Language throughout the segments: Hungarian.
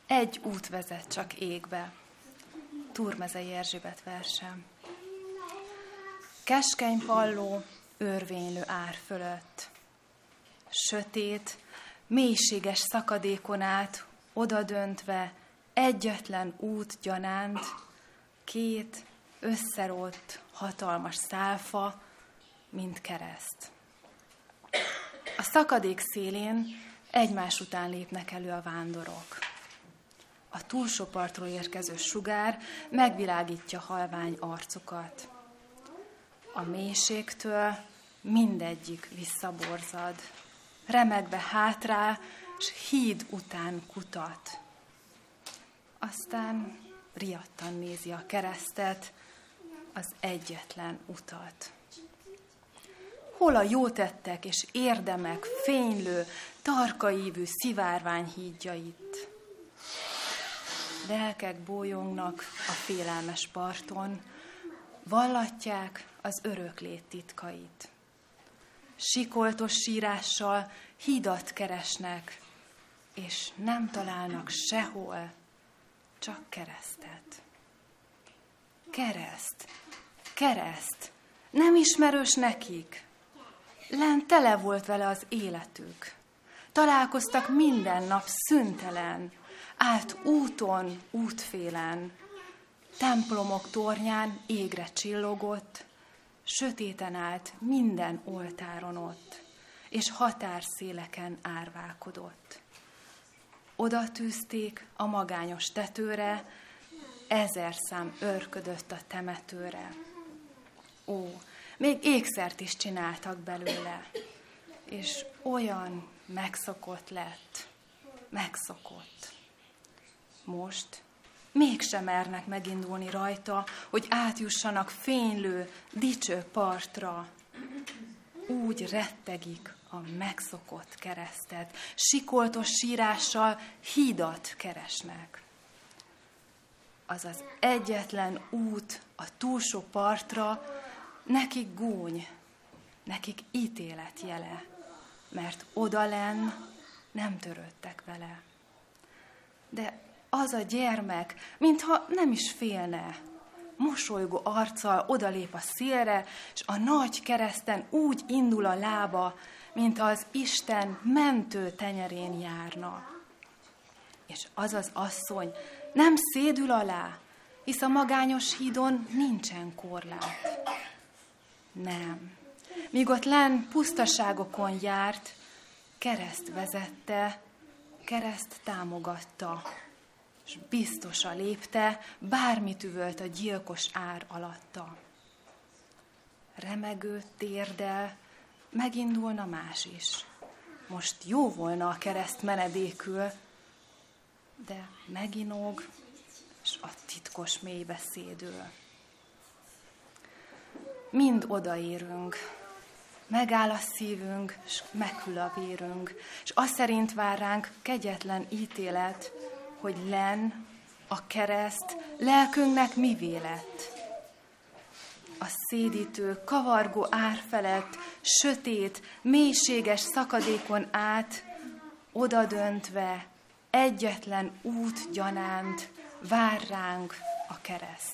Egy út vezet csak égbe. Turmezei Erzsébet verse. Keskeny palló, örvénylő ár fölött. Sötét, mélységes szakadékon át, odadöntve, egyetlen út gyanánt, két összerótt, hatalmas szálfa, mint kereszt. A szakadék szélén egymás után lépnek elő a vándorok. A túlsó partról érkező sugár megvilágítja halvány arcukat. A mélységtől mindegyik visszaborzad, remegve hátrál, s híd után kutat. Aztán riadtan nézi a keresztet, az egyetlen utat. Hol a jótettek és érdemek fénylő, tarkaívű szivárvány hídjait? Lelkek bólyognak a félelmes parton, vallatják az öröklét titkait. Sikoltos sírással hidat keresnek, és nem találnak sehol, csak keresztet. Kereszt, kereszt, nem ismerős nekik. Lent tele volt vele az életük. Találkoztak minden nap szüntelen, állt úton, útfélen. Templomok tornyán égre csillogott, sötéten állt minden oltáron ott, és határszéleken árválkodott. Oda tűzték a magányos tetőre, 1000 szám őrködött a temetőre. Ó, még ékszert is csináltak belőle, és olyan megszokott lett, megszokott. Most mégsem mernek megindulni rajta, hogy átjussanak fénylő, dicső partra. Úgy rettegik a megszokott keresztet, sikoltos sírással hídat keresnek. Az az egyetlen út a túlsó partra, nekik gúny, nekik ítélet jele, mert odalenn nem törődtek vele. De az a gyermek, mintha nem is félne, mosolygó arccal odalép a szélre, és a nagy kereszten úgy indul a lába, mint az Isten mentő tenyerén járna. És az az asszony nem szédül alá, hisz a magányos hídon nincsen korlát. Nem. Míg ott lenn pusztaságokon járt, kereszt vezette, kereszt támogatta, és biztosan lépte, bármit üvölt a gyilkos ár alatta. Remegő térdel megindulna más is. Most jó volna a kereszt menedékül, de meginog, és a titkos mélybe szédül. Mind odaérünk, megáll a szívünk, és meghűl a vérünk, és azt szerint vár ránk kegyetlen ítélet, hogy lenn a kereszt lelkünknek mivé lett. A szédítő, kavargó ár felett, sötét, mélységes szakadékon át, odadöntve, egyetlen út gyanánt vár ránk a kereszt.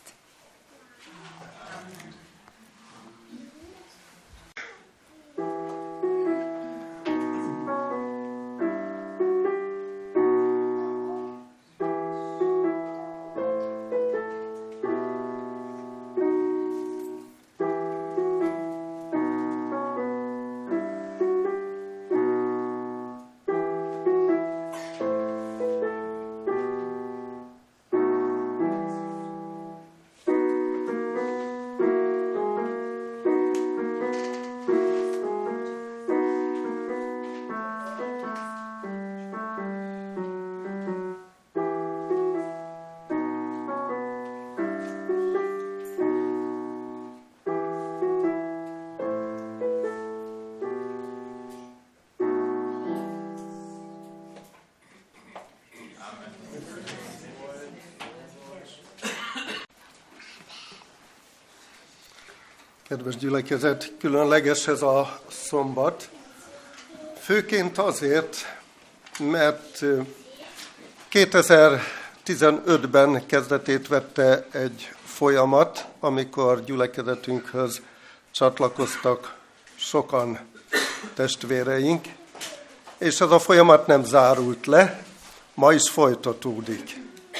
Kedves gyülekezet, különleges ez a szombat, főként azért, mert 2015-ben kezdetét vette egy folyamat, amikor gyülekezetünkhöz csatlakoztak sokan testvéreink, és ez a folyamat nem zárult le, ma is folytatódik.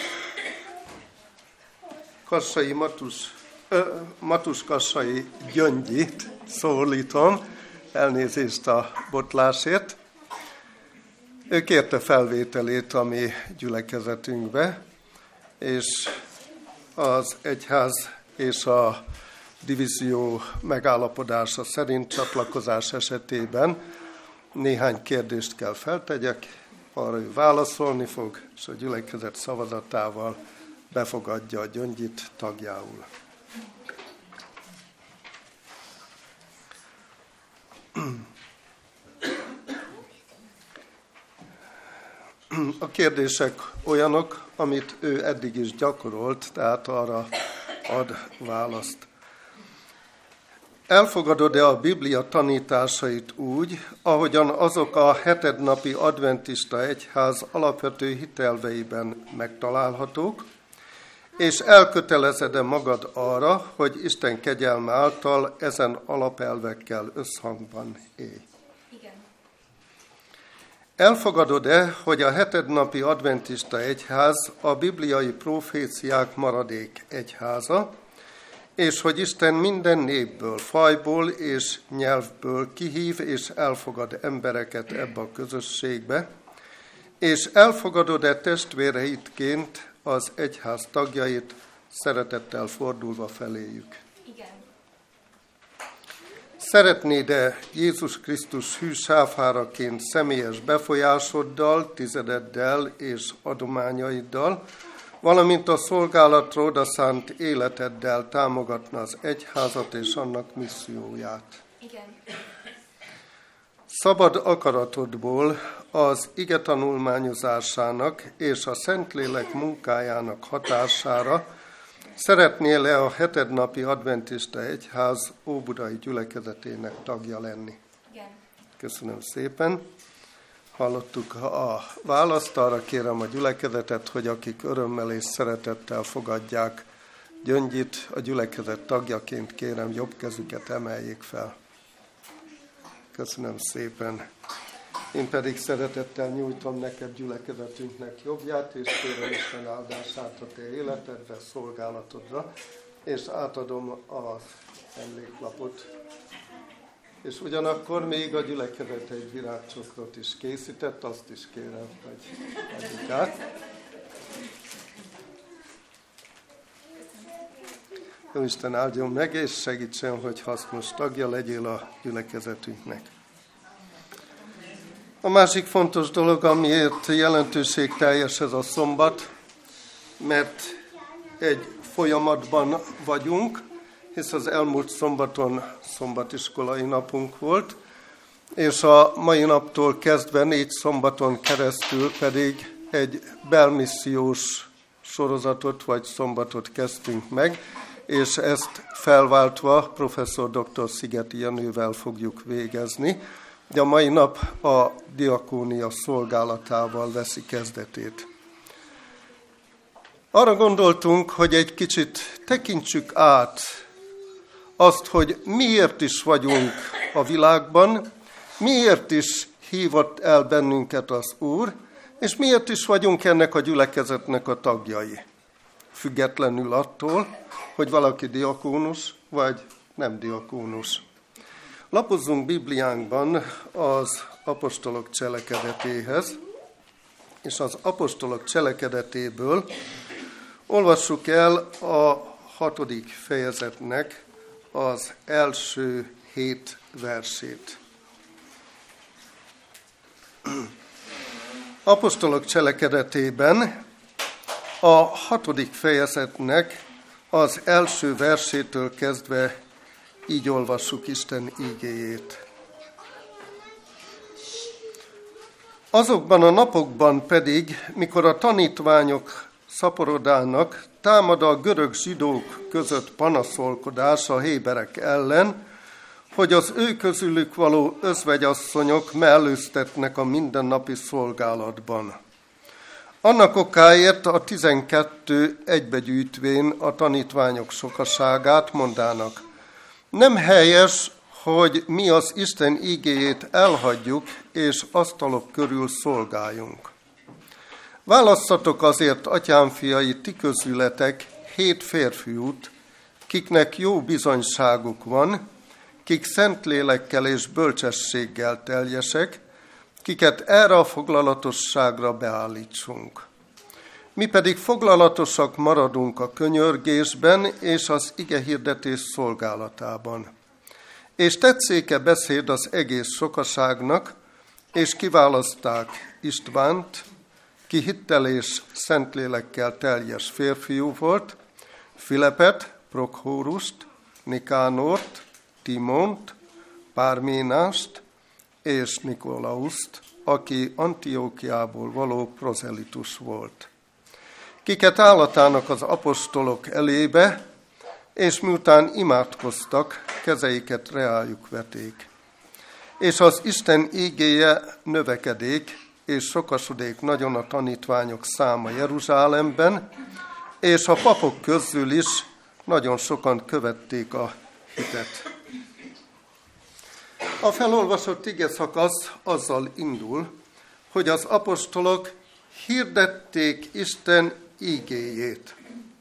Matus Kassai Gyöngyit szólítom, elnézést a botlásért. Ő kérte felvételét a mi gyülekezetünkbe, és az egyház és a divízió megállapodása szerint csatlakozás esetében néhány kérdést kell feltegyek, arra ő válaszolni fog, és a gyülekezet szavazatával befogadja a Gyöngyit tagjául. A kérdések olyanok, amit ő eddig is gyakorolt, tehát arra ad választ. Elfogadod-e a Biblia tanításait úgy, ahogyan azok a hetednapi adventista egyház alapvető hitelveiben megtalálhatók, és elkötelezed-e magad arra, hogy Isten kegyelme által ezen alapelvekkel összhangban élj? Igen. Elfogadod-e, hogy a hetednapi adventista egyház a bibliai proféciák maradék egyháza, és hogy Isten minden népből, fajból és nyelvből kihív és elfogad embereket ebbe a közösségbe, és elfogadod-e testvéreidként az egyház tagjait, szeretettel fordulva feléjük? Igen. Szeretnéd-e Jézus Krisztus hű sáfáraként személyes befolyásoddal, tizededdel és adományaiddal, valamint a szolgálatra odaszánt életeddel támogatna az egyházat és annak misszióját? Igen. Szabad akaratodból az ige tanulmányozásának és a Szentlélek munkájának hatására szeretnél-e a hetednapi adventista egyház óbudai gyülekezetének tagja lenni? Igen. Köszönöm szépen. Hallottuk a választ, arra kérem a gyülekezetet, hogy akik örömmel és szeretettel fogadják Gyöngyit, a gyülekezet tagjaként kérem, jobb kezüket emeljék fel. Köszönöm szépen. Én pedig szeretettel nyújtom neked gyülekezetünknek jobbját, és kérem Isten áldását a te életedre, szolgálatodra, és átadom az emléklapot. És ugyanakkor még a gyülekezet egy virágcsokrot is készített, azt is kérem, hogy adjuk át. Isten áldjon meg, és segítsen, hogy hasznos tagja legyél a gyülekezetünknek. A másik fontos dolog, amiért jelentőségteljes ez a szombat, mert egy folyamatban vagyunk, hisz az elmúlt szombaton szombatiskolai napunk volt, és a mai naptól kezdve 4 szombaton keresztül pedig egy belmissziós sorozatot vagy szombatot kezdtünk meg, és ezt felváltva professzor dr. Szigeti Jenővel fogjuk végezni. De a mai nap a diakónia szolgálatával veszi kezdetét. Arra gondoltunk, hogy egy kicsit tekintsük át azt, hogy miért is vagyunk a világban, miért is hívott el bennünket az Úr, és miért is vagyunk ennek a gyülekezetnek a tagjai. Függetlenül attól, hogy valaki diakónus, vagy nem diakónus. Lapozzunk Bibliánkban az apostolok cselekedetéhez, és az apostolok cselekedetéből olvassuk el a 6. fejezetnek az első 7 versét. Apostolok cselekedetében a 6. fejezetnek az első versétől kezdve így olvassuk Isten ígéjét. Azokban a napokban pedig, mikor a tanítványok szaporodának, támad a görög zsidók között panaszolkodás a héberek ellen, hogy az ő közülük való özvegyasszonyok mellőztetnek a mindennapi szolgálatban. Annak okáért a 12 egybegyűjtvén a tanítványok sokaságát mondának: nem helyes, hogy mi az Isten igéjét elhagyjuk, és asztalok körül szolgáljunk. Válasszatok azért, atyám fiai, ti közületek 7 férfiút, kiknek jó bizonyságuk van, kik szentlélekkel és bölcsességgel teljesek, kiket erre a foglalatosságra beállítsunk. Mi pedig foglalatosak maradunk a könyörgésben és az igehirdetés szolgálatában. És tetszéke beszéd az egész sokaságnak, és kiválaszták Istvánt, ki hittel és szentlélekkel teljes férfiú volt, Filepet, Prokhórust, Nikánort, Timont, Párménást és Nikolauszt, aki Antiókiából való prozelitus volt. Kiket állatának az apostolok elébe, és miután imádkoztak, kezeiket reájuk veték. És az Isten ígéje növekedék, és sokasodék nagyon a tanítványok száma Jeruzsálemben, és a papok közül is nagyon sokan követték a hitet. A felolvasott igeszakasz azzal indul, hogy az apostolok hirdették Isten ígéjét.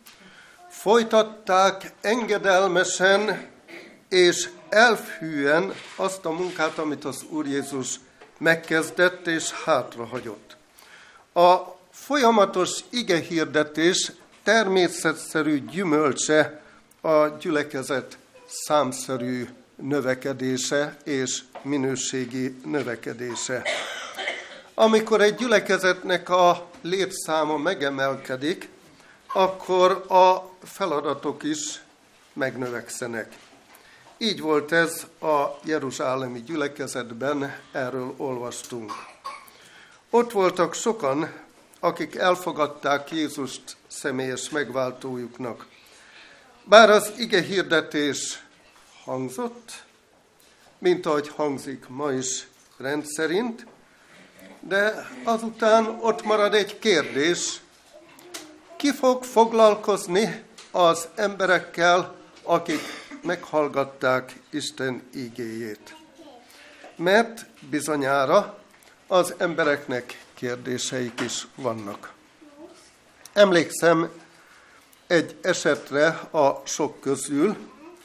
Folytatták engedelmesen és elfhűen azt a munkát, amit az Úr Jézus megkezdett és hátrahagyott. A folyamatos igehirdetés természetszerű gyümölcse a gyülekezet számszerű növekedése és minőségi növekedése. Amikor egy gyülekezetnek a létszáma megemelkedik, akkor a feladatok is megnövekszenek. Így volt ez a jeruzsálemi gyülekezetben, erről olvastunk. Ott voltak sokan, akik elfogadták Jézust személyes megváltójuknak. Bár az igehirdetés hangzott, mint ahogy hangzik ma is rendszerint, de azután ott marad egy kérdés: ki fog foglalkozni az emberekkel, akik meghallgatták Isten ígéjét? Mert bizonyára az embereknek kérdéseik is vannak. Emlékszem egy esetre a sok közül,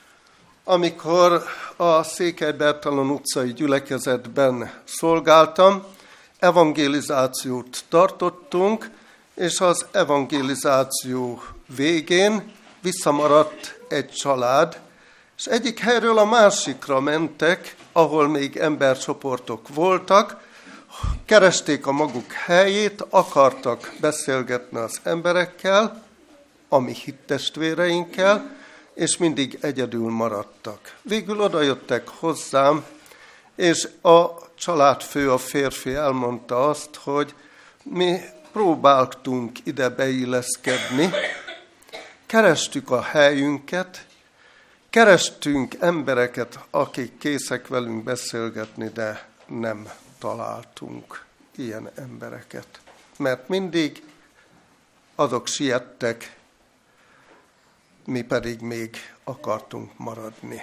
amikor a Székely Bertalan utcai gyülekezetben szolgáltam, evangelizációt tartottunk, és az evangelizáció végén visszamaradt egy család, és egyik helyről a másikra mentek, ahol még embercsoportok voltak, keresték a maguk helyét, akartak beszélgetni az emberekkel, a mi hittestvéreinkkel, és mindig egyedül maradtak. Végül odajöttek hozzám, és a családfő, a férfi elmondta azt, hogy mi próbáltunk ide beilleszkedni, kerestük a helyünket, kerestünk embereket, akik készek velünk beszélgetni, de nem találtunk ilyen embereket. Mert mindig azok siettek, mi pedig még akartunk maradni.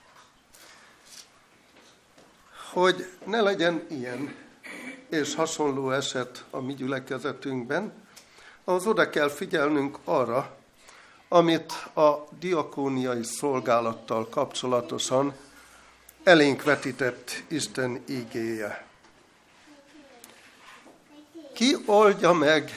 Hogy ne legyen ilyen és hasonló eset a mi gyülekezetünkben, ahhoz oda kell figyelnünk arra, amit a diakóniai szolgálattal kapcsolatosan elénk vetített Isten igéje. Ki oldja meg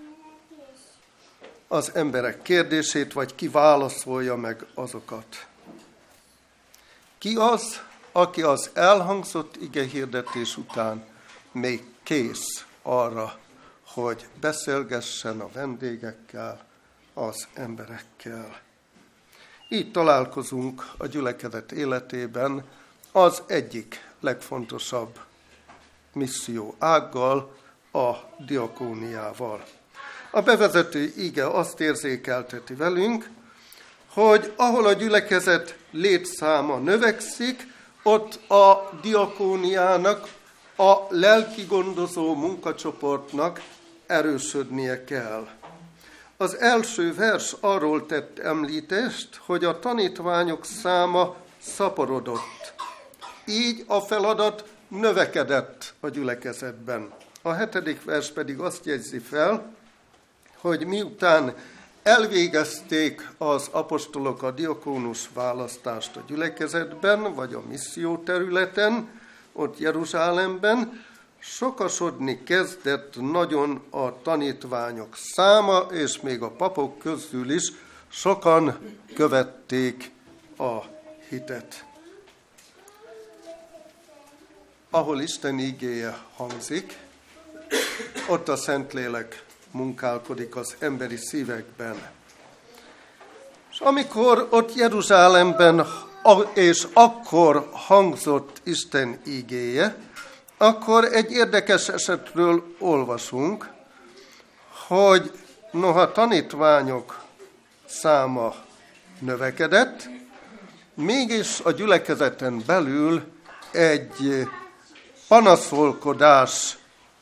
az emberek kérdését, vagy ki válaszolja meg azokat? Ki az, aki az elhangzott igehirdetés után még kész arra, hogy beszélgessen a vendégekkel, az emberekkel? Így találkozunk a gyülekezet életében az egyik legfontosabb misszió ággal, a diakóniával. A bevezető ige azt érzékelteti velünk, hogy ahol a gyülekezet létszáma növekszik, ott a diakóniának, a lelki gondozó munkacsoportnak erősödnie kell. Az első vers arról tett említést, hogy a tanítványok száma szaporodott. Így a feladat növekedett a gyülekezetben. A 7. vers pedig azt jegyzi fel, hogy miután elvégezték az apostolok a diakónus választást a gyülekezetben, vagy a misszió területen, ott Jeruzsálemben, sokasodni kezdett nagyon a tanítványok száma, és még a papok közül is sokan követték a hitet. Ahol Isten igéje hangzik, ott a Szentlélek munkálkodik az emberi szívekben. És amikor ott Jeruzsálemben és akkor hangzott Isten igéje, akkor egy érdekes esetről olvasunk, hogy noha tanítványok száma növekedett, mégis a gyülekezeten belül egy panaszolkodás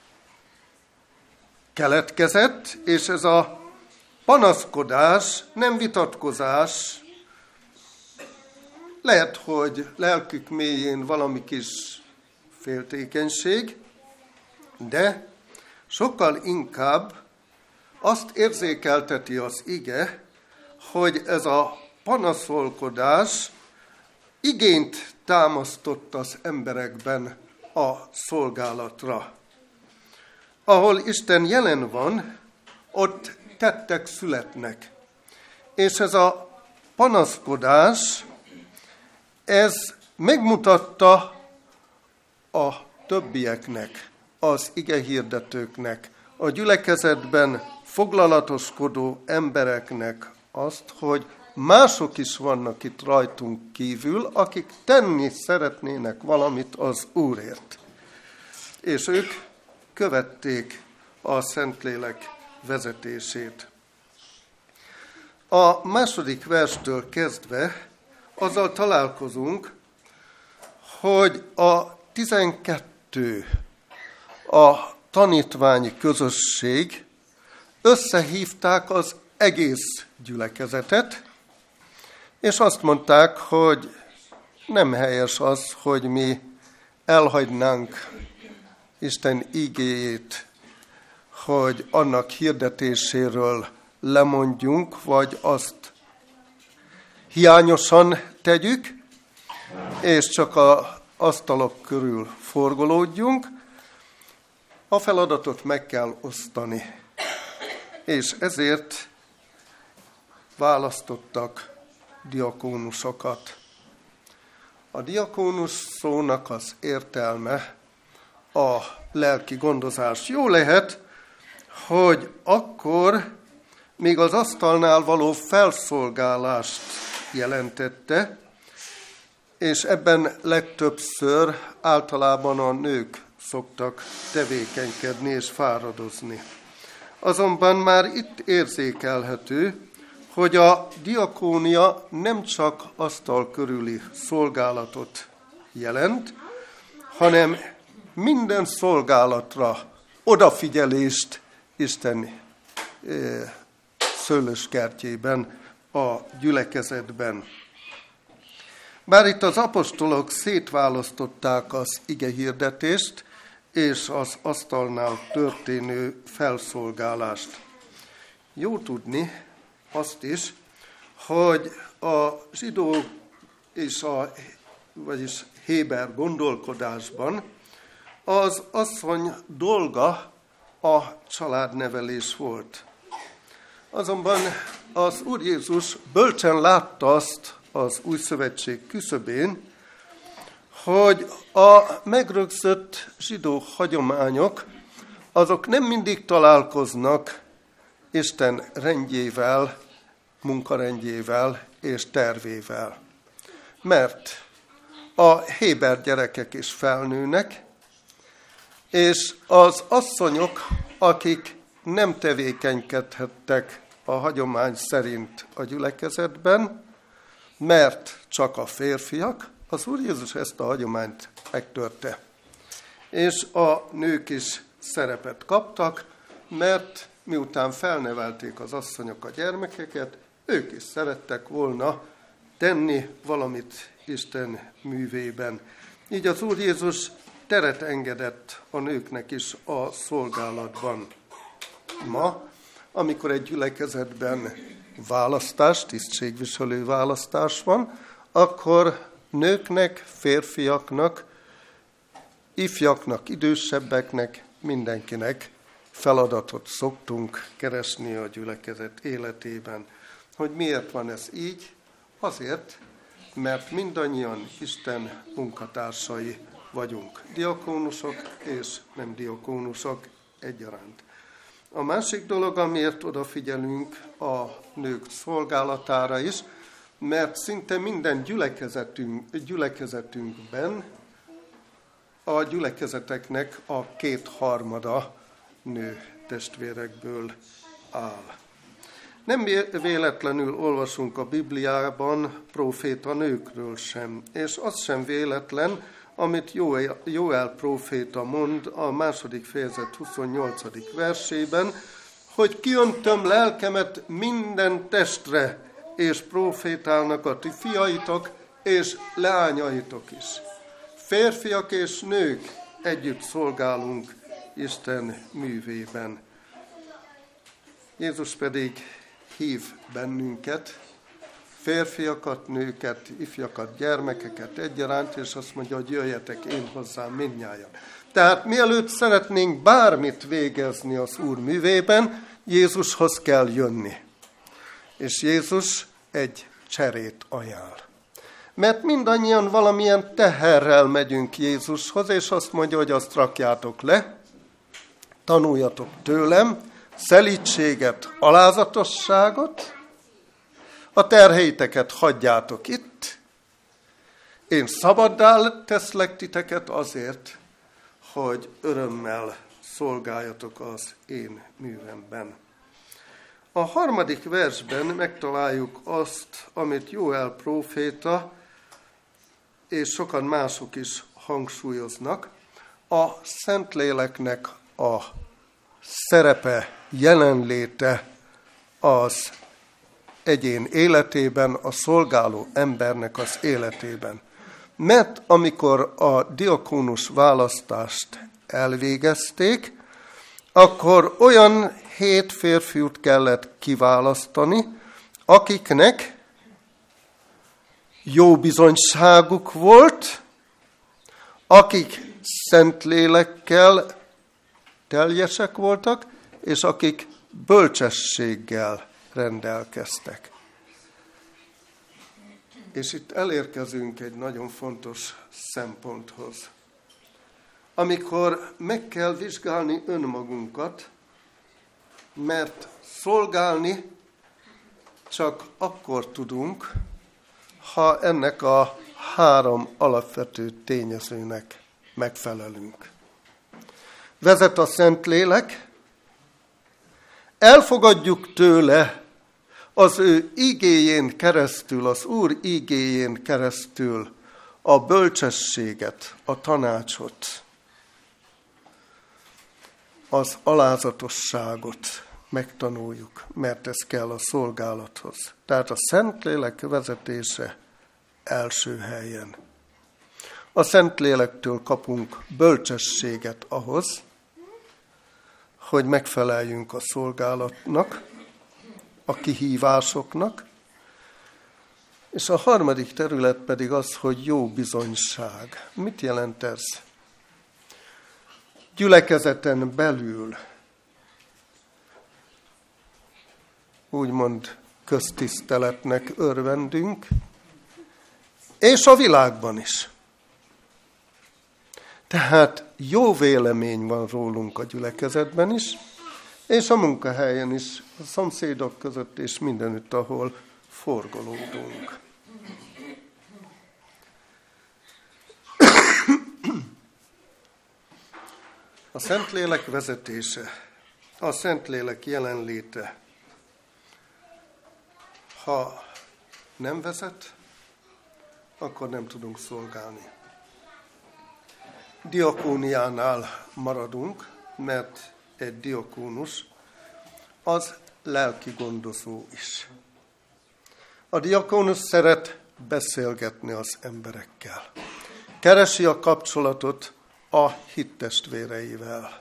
keletkezett, és ez a panaszkodás, nem vitatkozás, lehet, hogy lelkük mélyén valami kis féltékenység, de sokkal inkább azt érzékelteti az ige, hogy ez a panaszolkodás igényt támasztott az emberekben a szolgálatra. Ahol Isten jelen van, ott tettek születnek. És ez a panaszkodás, ez megmutatta a többieknek, az igehirdetőknek, a gyülekezetben foglalatoskodó embereknek azt, hogy mások is vannak itt rajtunk kívül, akik tenni szeretnének valamit az Úrért. És ők követték a Szentlélek vezetését. A második verstől kezdve azzal találkozunk, hogy a 12 a tanítványi közösség összehívták az egész gyülekezetet, és azt mondták, hogy nem helyes az, hogy mi elhagynánk Isten igéjét, hogy annak hirdetéséről lemondjunk, vagy azt hiányosan tegyük, és csak az asztalok körül forgolódjunk. A feladatot meg kell osztani, és ezért választottak diakónusokat. A diakónus szónak az értelme a lelki gondozás. Jó lehet, hogy akkor még az asztalnál való felszolgálást jelentette, és ebben legtöbbször általában a nők szoktak tevékenykedni és fáradozni. Azonban már itt érzékelhető, hogy a diakónia nem csak asztal körüli szolgálatot jelent, hanem minden szolgálatra odafigyelést Isten szőlőskertjében, a gyülekezetben. Bár itt az apostolok szétválasztották az igehirdetést és az asztalnál történő felszolgálást. Jó tudni azt is, hogy a zsidó és vagyis héber gondolkodásban az asszony dolga a családnevelés volt. Azonban az Úr Jézus bölcsen látta azt az új szövetség küszöbén, hogy a megrögzött zsidó hagyományok, azok nem mindig találkoznak Isten rendjével, munkarendjével és tervével. Mert a héber gyerekek is felnőnek, és az asszonyok, akik nem tevékenykedhettek a hagyomány szerint a gyülekezetben, mert csak a férfiak, az Úr Jézus ezt a hagyományt megtörte. És a nők is szerepet kaptak, mert miután felnevelték az asszonyok a gyermekeket, ők is szerettek volna tenni valamit Isten művében. Így az Úr Jézus teret engedett a nőknek is a szolgálatban. Ma, amikor egy gyülekezetben választás, tisztségviselő választás van, akkor nőknek, férfiaknak, ifjaknak, idősebbeknek, mindenkinek feladatot szoktunk keresni a gyülekezet életében. Hogy miért van ez így? Azért, mert mindannyian Isten munkatársai vagyunk. Diakónusok és nem diakónusok egyaránt. A másik dolog, amiért odafigyelünk a nők szolgálatára is, mert szinte minden gyülekezetünkben a gyülekezeteknek a 2/3 nő testvérekből áll. Nem véletlenül olvasunk a Bibliában próféta nőkről sem, és az sem véletlen, amit Jóel próféta mond a 2. fejezet 28. versében, hogy kiöntöm lelkemet minden testre, és prófétálnak a ti fiaitok és leányaitok is. Férfiak és nők együtt szolgálunk Isten művében. Jézus pedig hív bennünket, férfiakat, nőket, ifjakat, gyermekeket egyaránt, és azt mondja, hogy jöjjetek én hozzám mindnyájan. Tehát mielőtt szeretnénk bármit végezni az Úr művében, Jézushoz kell jönni. És Jézus egy cserét ajánl. Mert mindannyian valamilyen teherrel megyünk Jézushoz, és azt mondja, hogy azt rakjátok le, tanuljatok tőlem, szelídséget, alázatosságot, a terheiteket hagyjátok itt, én szabaddá teszlek titeket azért, hogy örömmel szolgáljatok az én művemben. A 3. versben megtaláljuk azt, amit Jóel próféta és sokan mások is hangsúlyoznak, a Szentléleknek a szerepe, jelenléte az egyén életében, a szolgáló embernek az életében. Mert amikor a diakónus választást elvégezték, akkor olyan 7 férfiút kellett kiválasztani, akiknek jó bizonyságuk volt, akik Szentlélekkel teljesek voltak, és akik bölcsességgel rendelkeztek. És itt elérkezünk egy nagyon fontos szemponthoz. Amikor meg kell vizsgálni önmagunkat, mert szolgálni csak akkor tudunk, ha ennek a 3 alapvető tényezőnek megfelelünk. Vezet a Szentlélek, elfogadjuk tőle az ő igéjén keresztül, az Úr igéjén keresztül a bölcsességet, a tanácsot, az alázatosságot megtanuljuk, mert ez kell a szolgálathoz. Tehát a Szentlélek vezetése első helyen. A Szentlélektől kapunk bölcsességet ahhoz, hogy megfeleljünk a szolgálatnak, a kihívásoknak, és a 3. terület pedig az, hogy jó bizonyság. Mit jelent ez? Gyülekezeten belül, úgymond köztiszteletnek örvendünk, és a világban is. Tehát jó vélemény van rólunk a gyülekezetben is, és a munkahelyen is, a szomszédok között és mindenütt, ahol forgolódunk. A Szentlélek vezetése, a Szentlélek jelenléte, ha nem vezet, akkor nem tudunk szolgálni. Diakóniánál maradunk, mert egy diakónus, az lelki gondozó is. A diakónus szeret beszélgetni az emberekkel. Keresi a kapcsolatot a hittestvéreivel.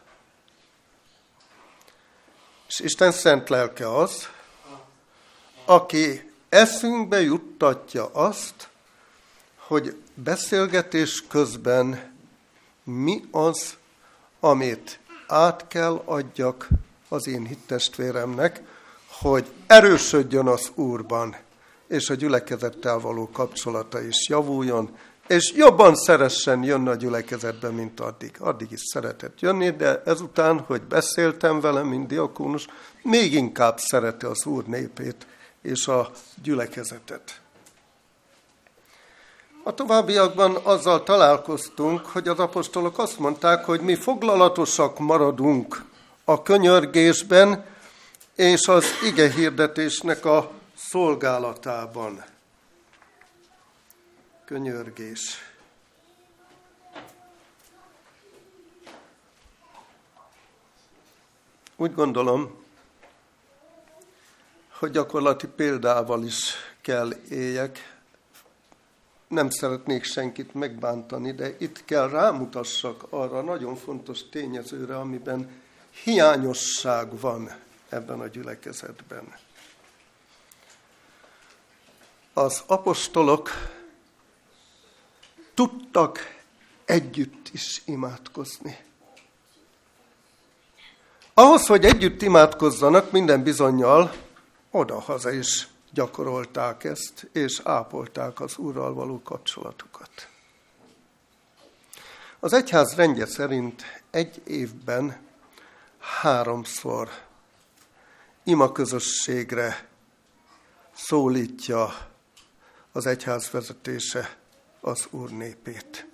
És Isten szent lelke az, aki eszünkbe juttatja azt, hogy beszélgetés közben mi az, amit át kell adjak az én hittestvéremnek, hogy erősödjön az Úrban, és a gyülekezettel való kapcsolata is javuljon, és jobban szeressen jönni a gyülekezetbe, mint addig. Addig is szeretett jönni, de ezután, hogy beszéltem vele, mint diakónus, még inkább szereti az Úr népét és a gyülekezetet. A továbbiakban azzal találkoztunk, hogy az apostolok azt mondták, hogy mi foglalatosak maradunk a könyörgésben és az igehirdetésnek a szolgálatában. Könyörgés. Úgy gondolom, hogy gyakorlati példával is kell éljek. Nem szeretnék senkit megbántani, de itt kell rámutassak arra nagyon fontos tényezőre, amiben hiányosság van ebben a gyülekezetben. Az apostolok tudtak együtt is imádkozni. Ahhoz, hogy együtt imádkozzanak, minden bizonnyal odahaza is gyakorolták ezt, és ápolták az Úrral való kapcsolatukat. Az egyház rendje szerint egy évben 3-szor imaközösségre szólítja az egyház vezetése az Úr népét.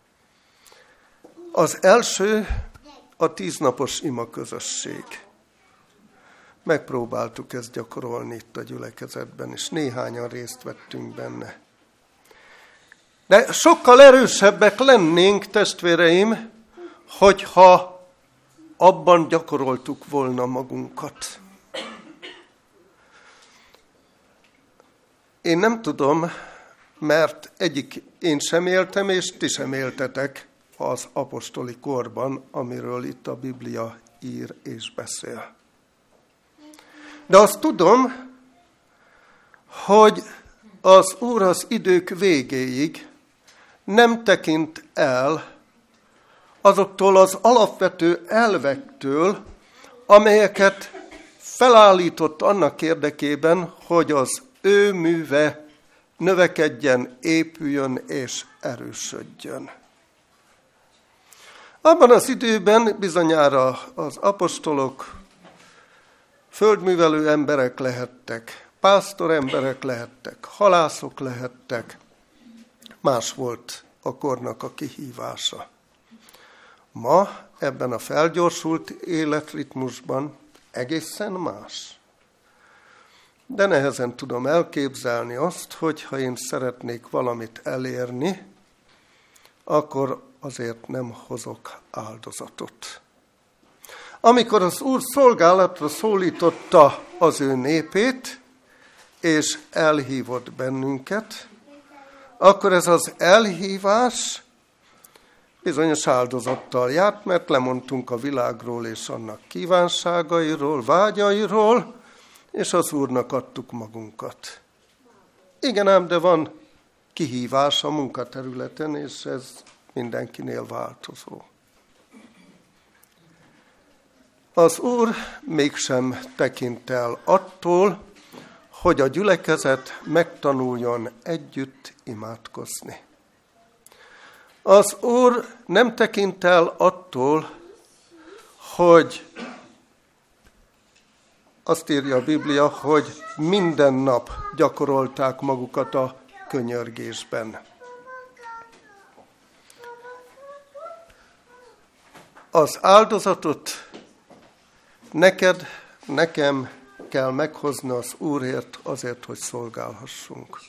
Az első a 10 napos imaközösség. Megpróbáltuk ezt gyakorolni itt a gyülekezetben, és néhányan részt vettünk benne. De sokkal erősebbek lennénk, testvéreim, hogyha abban gyakoroltuk volna magunkat. Én nem tudom, mert én sem éltem, és ti sem éltetek az apostoli korban, amiről itt a Biblia ír és beszél. De azt tudom, hogy az Úr az idők végéig nem tekint el azoktól az alapvető elvektől, amelyeket felállított annak érdekében, hogy az ő műve növekedjen, épüljön és erősödjön. Abban az időben bizonyára az apostolok földművelő emberek lehettek, pásztor emberek lehettek, halászok lehettek. Más volt a kornak a kihívása. Ma ebben a felgyorsult életritmusban egészen más. De nehezen tudom elképzelni azt, hogy ha én szeretnék valamit elérni, akkor azért nem hozok áldozatot. Amikor az Úr szolgálatra szólította az ő népét, és elhívott bennünket, akkor ez az elhívás bizonyos áldozattal járt, mert lemondtunk a világról és annak kívánságairól, vágyairól, és az Úrnak adtuk magunkat. Igen ám, de van kihívás a munkaterületen, és ez mindenkinél változó. Az Úr mégsem tekint el attól, hogy a gyülekezet megtanuljon együtt imádkozni. Az Úr nem tekint el attól, hogy azt írja a Biblia, hogy minden nap gyakorolták magukat a könyörgésben. Az áldozatot neked, nekem kell meghozni az Úrért azért, hogy szolgálhassunk.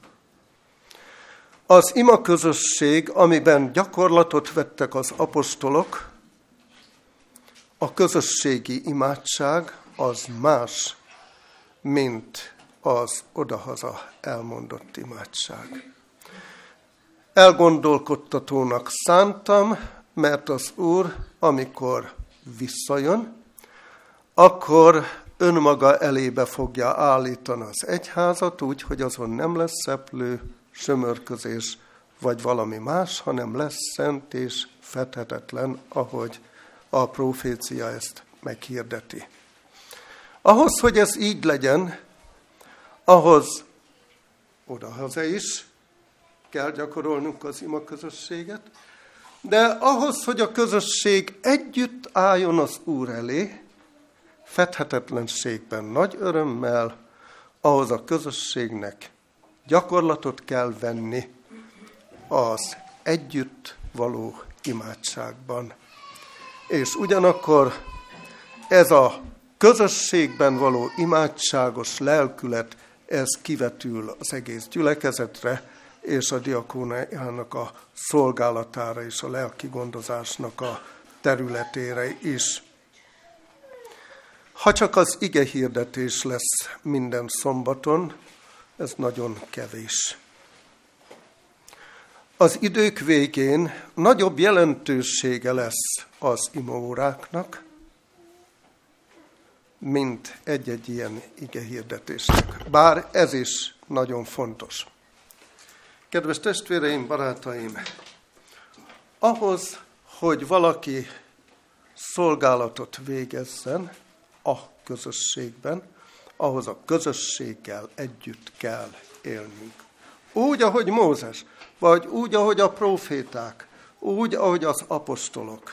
Az imaközösség, amiben gyakorlatot vettek az apostolok, a közösségi imádság az más, mint az odahaza elmondott imádság. Elgondolkodtatónak szántam, mert az Úr, amikor visszajön, akkor önmaga elébe fogja állítani az egyházat úgy, hogy azon nem lesz szeplő, sömörközés vagy valami más, hanem lesz szent és fedhetetlen, ahogy a profécia ezt meghirdeti. Ahhoz, hogy ez így legyen, ahhoz odahaza is kell gyakorolnunk az imaközösséget, de ahhoz, hogy a közösség együtt álljon az Úr elé, fedhetetlenségben, nagy örömmel, ahhoz a közösségnek gyakorlatot kell venni az együtt való imádságban. És ugyanakkor ez a közösségben való imádságos lelkület, ez kivetül az egész gyülekezetre, és a diakóniának a szolgálatára és a lelki gondozásnak a területére is. Ha csak az ige hirdetés lesz minden szombaton, ez nagyon kevés. Az idők végén nagyobb jelentősége lesz az imaóráknak, mint egy-egy ilyen ige hirdetésnek. Bár ez is nagyon fontos. Kedves testvéreim, barátaim, ahhoz, hogy valaki szolgálatot végezzen a közösségben, ahhoz a közösséggel együtt kell élnünk. Úgy, ahogy Mózes, vagy úgy, ahogy a proféták, úgy, ahogy az apostolok.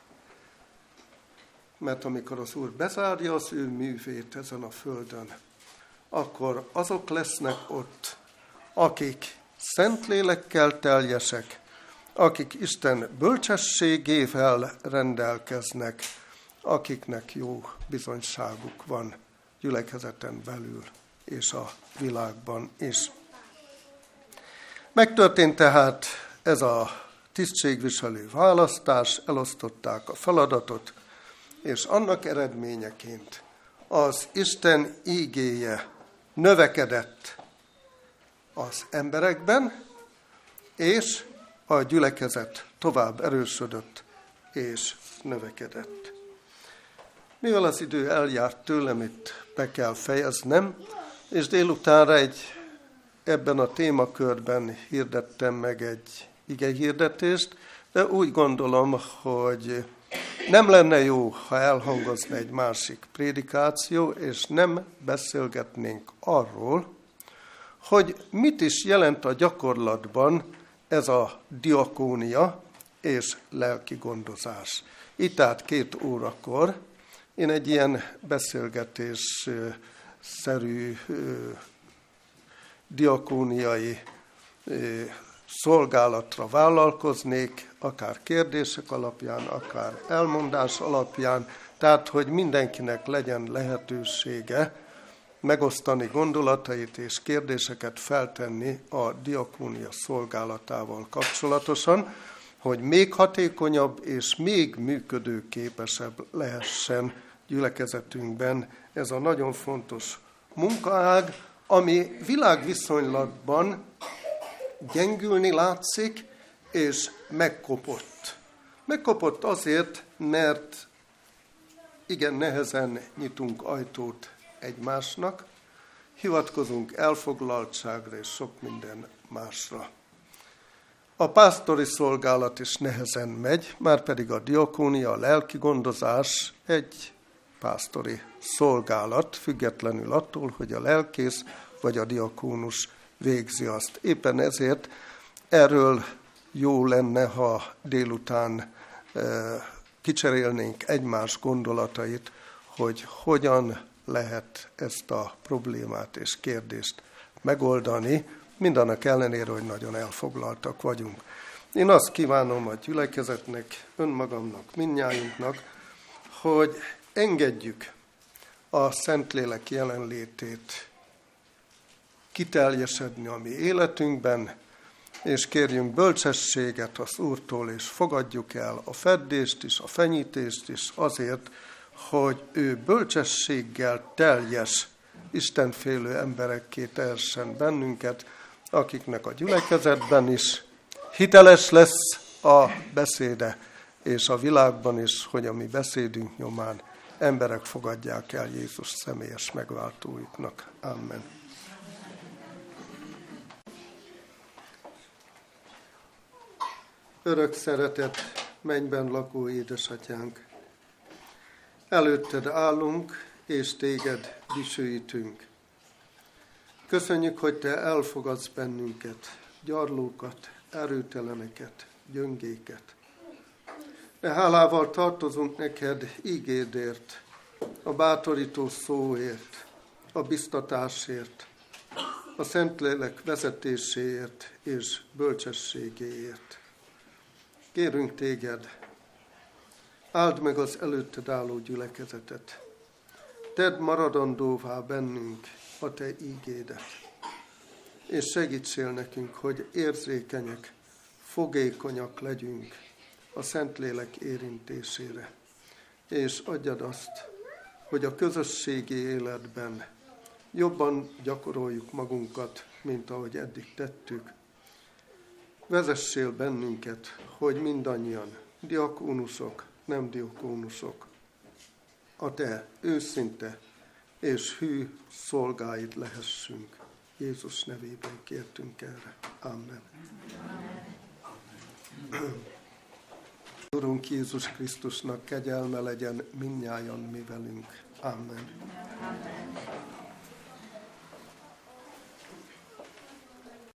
Mert amikor az Úr bezárja az ő művét ezen a földön, akkor azok lesznek ott, akik Szentlélekkel teljesek, akik Isten bölcsességével rendelkeznek, akiknek jó bizonyságuk van gyülekezeten belül és a világban is. Megtörtént tehát ez a tisztségviselő választás, elosztották a feladatot, és annak eredményeként az Isten ígéje növekedett az emberekben, és a gyülekezet tovább erősödött és növekedett. Mivel az idő eljárt tőlem, itt be kell fejeznem, és délutánra ebben a témakörben hirdettem meg egy igehirdetést, de úgy gondolom, hogy nem lenne jó, ha elhangozna egy másik prédikáció, és nem beszélgetnénk arról, hogy mit is jelent a gyakorlatban ez a diakónia és lelki gondozás. Itt tehát 2 órakor én egy ilyen beszélgetésszerű diakóniai szolgálatra vállalkoznék, akár kérdések alapján, akár elmondás alapján, tehát hogy mindenkinek legyen lehetősége megosztani gondolatait és kérdéseket feltenni a diakónia szolgálatával kapcsolatosan, hogy még hatékonyabb és még működőképesebb lehessen gyülekezetünkben ez a nagyon fontos munkaág, ami világviszonylatban gyengülni látszik, és megkopott. Megkopott azért, mert igen nehezen nyitunk ajtót egymásnak, hivatkozunk elfoglaltságra és sok minden másra. A pásztori szolgálat is nehezen megy, márpedig a diakónia, a lelki gondozás egy pásztori szolgálat, függetlenül attól, hogy a lelkész vagy a diakónus végzi azt. Éppen ezért erről jó lenne, ha délután kicserélnénk egymás gondolatait, hogy hogyan lehet ezt a problémát és kérdést megoldani, mindannak ellenére, hogy nagyon elfoglaltak vagyunk. Én azt kívánom a gyülekezetnek, önmagamnak, mindnyájunknak, hogy engedjük a Szentlélek jelenlétét kiteljesedni a mi életünkben, és kérjünk bölcsességet az Úrtól, és fogadjuk el a feddést is, a fenyítést is azért, hogy ő bölcsességgel teljes, istenfélő emberekké tehessen bennünket, akiknek a gyülekezetben is hiteles lesz a beszéde, és a világban is, hogy a mi beszédünk nyomán emberek fogadják el Jézus személyes megváltójuknak. Amen. Örök szeretett mennyben lakó édesatyánk, előtted állunk, és téged dicsőítünk. Köszönjük, hogy te elfogadsz bennünket, gyarlókat, erőteleneket, gyöngéket. De hálával tartozunk neked ígédért, a bátorító szóért, a biztatásért, a Szentlélek vezetéséért és bölcsességéért. Kérünk téged, áld meg az előtted álló gyülekezetet. Tedd maradandóvá bennünk a te ígédet, és segítsél nekünk, hogy érzékenyek, fogékonyak legyünk a Szentlélek érintésére, és adjad azt, hogy a közösségi életben jobban gyakoroljuk magunkat, mint ahogy eddig tettük. Vezessél bennünket, hogy mindannyian, diakónusok, nem diakónusok, a te őszinte és hű szolgáid lehessünk. Jézus nevében kértünk erre. Amen. Urunk Jézus Krisztusnak kegyelme legyen mindnyájan mi velünk. Amen.